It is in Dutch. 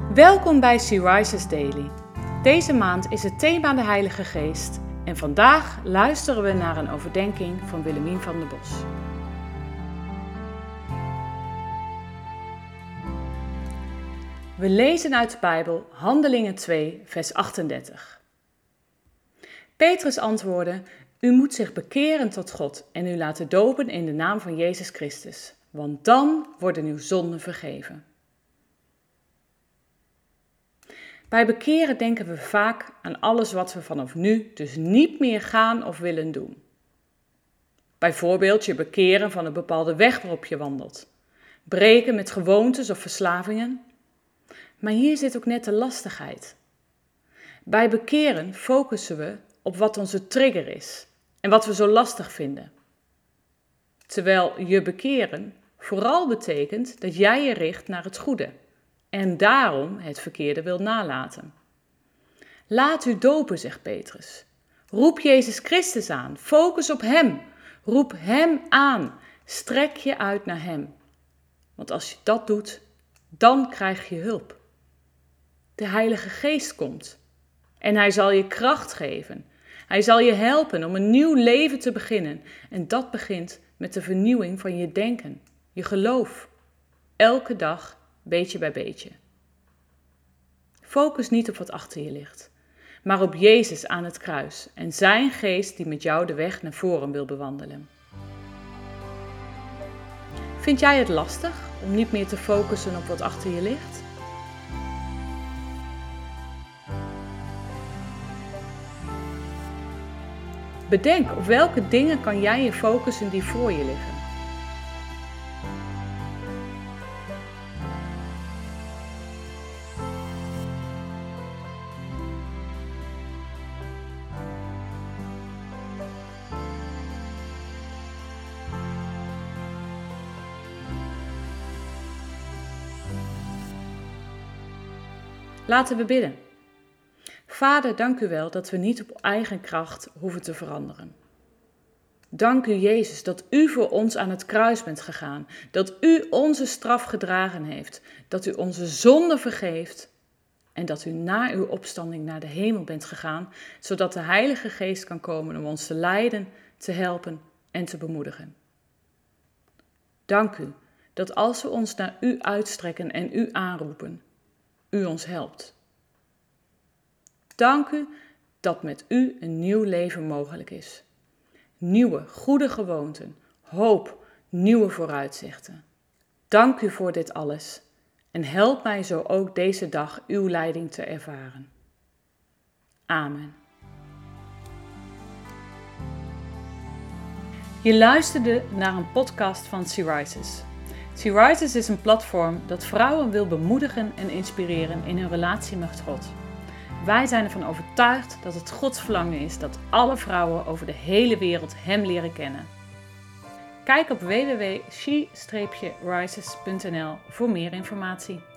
Welkom bij She Rises Daily. Deze maand is het thema de Heilige Geest en vandaag luisteren we naar een overdenking van Willemien van der Bos. We lezen uit de Bijbel Handelingen 2, vers 38. Petrus antwoordde: U moet zich bekeren tot God en u laten dopen in de naam van Jezus Christus, want dan worden uw zonden vergeven. Bij bekeren denken we vaak aan alles wat we vanaf nu dus niet meer gaan of willen doen. Bijvoorbeeld je bekeren van een bepaalde weg waarop je wandelt. Breken met gewoontes of verslavingen. Maar hier zit ook net de lastigheid. Bij bekeren focussen we op wat onze trigger is en wat we zo lastig vinden. Terwijl je bekeren vooral betekent dat jij je richt naar het goede en daarom het verkeerde wil nalaten. Laat u dopen, zegt Petrus. Roep Jezus Christus aan, focus op Hem. Roep Hem aan, strek je uit naar Hem. Want als je dat doet, dan krijg je hulp. De Heilige Geest komt en Hij zal je kracht geven. Hij zal je helpen om een nieuw leven te beginnen. En dat begint met de vernieuwing van je denken, je geloof. Elke dag, beetje bij beetje. Focus niet op wat achter je ligt, maar op Jezus aan het kruis en zijn geest die met jou de weg naar voren wil bewandelen. Vind jij het lastig om niet meer te focussen op wat achter je ligt? Bedenk op welke dingen kan jij je focussen die voor je liggen. Laten we bidden. Vader, dank u wel dat we niet op eigen kracht hoeven te veranderen. Dank u, Jezus, dat u voor ons aan het kruis bent gegaan, dat u onze straf gedragen heeft, dat u onze zonde vergeeft en dat u na uw opstanding naar de hemel bent gegaan, zodat de Heilige Geest kan komen om ons te leiden, te helpen en te bemoedigen. Dank u dat als we ons naar u uitstrekken en u aanroepen, u ons helpt. Dank u dat met u een nieuw leven mogelijk is. Nieuwe, goede gewoonten, hoop, nieuwe vooruitzichten. Dank u voor dit alles en help mij zo ook deze dag uw leiding te ervaren. Amen. Je luisterde naar een podcast van She Rises. She Rises is een platform dat vrouwen wil bemoedigen en inspireren in hun relatie met God. Wij zijn ervan overtuigd dat het Gods verlangen is dat alle vrouwen over de hele wereld Hem leren kennen. Kijk op www.she-rises.nl voor meer informatie.